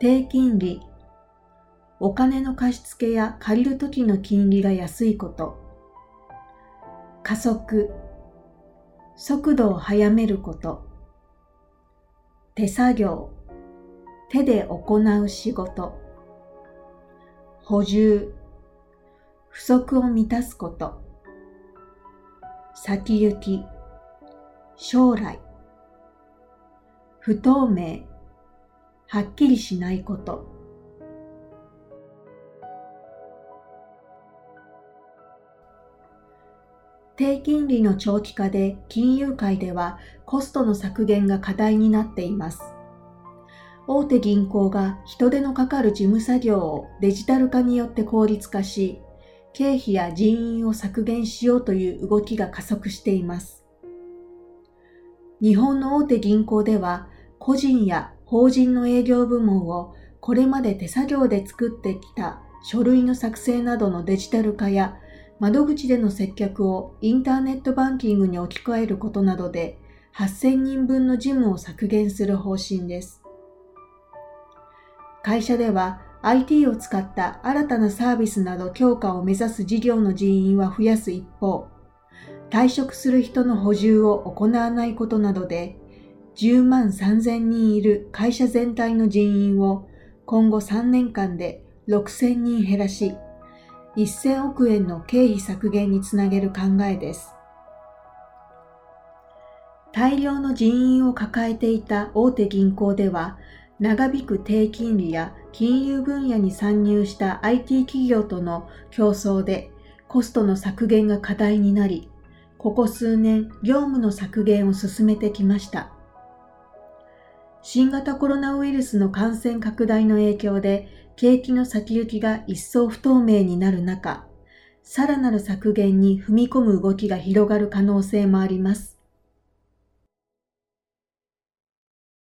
低金利、お金の貸し付けや借りるときの金利が安いこと。加速、速度を速めること。手作業、手で行う仕事。補充、不足を満たすこと。先行き、将来。不透明、はっきりしないこと。低金利の長期化で金融界ではコストの削減が課題になっています。大手銀行が人手のかかる事務作業をデジタル化によって効率化し、経費や人員を削減しようという動きが加速しています。日本の大手銀行では、個人や法人の営業部門をこれまで手作業で作ってきた書類の作成などのデジタル化や窓口での接客をインターネットバンキングに置き換えることなどで8000人分の事務を削減する方針です。会社では IT を使った新たなサービスなど強化を目指す事業の人員は増やす一方、退職する人の補充を行わないことなどで10万3000人いる会社全体の人員を今後3年間で6000人減らし、1000億円の経費削減につなげる考えです。大量の人員を抱えていた大手銀行では、長引く低金利や金融分野に参入した IT 企業との競争でコストの削減が課題になり、ここ数年業務の削減を進めてきました。新型コロナウイルスの感染拡大の影響で景気の先行きが一層不透明になる中、さらなる削減に踏み込む動きが広がる可能性もあります。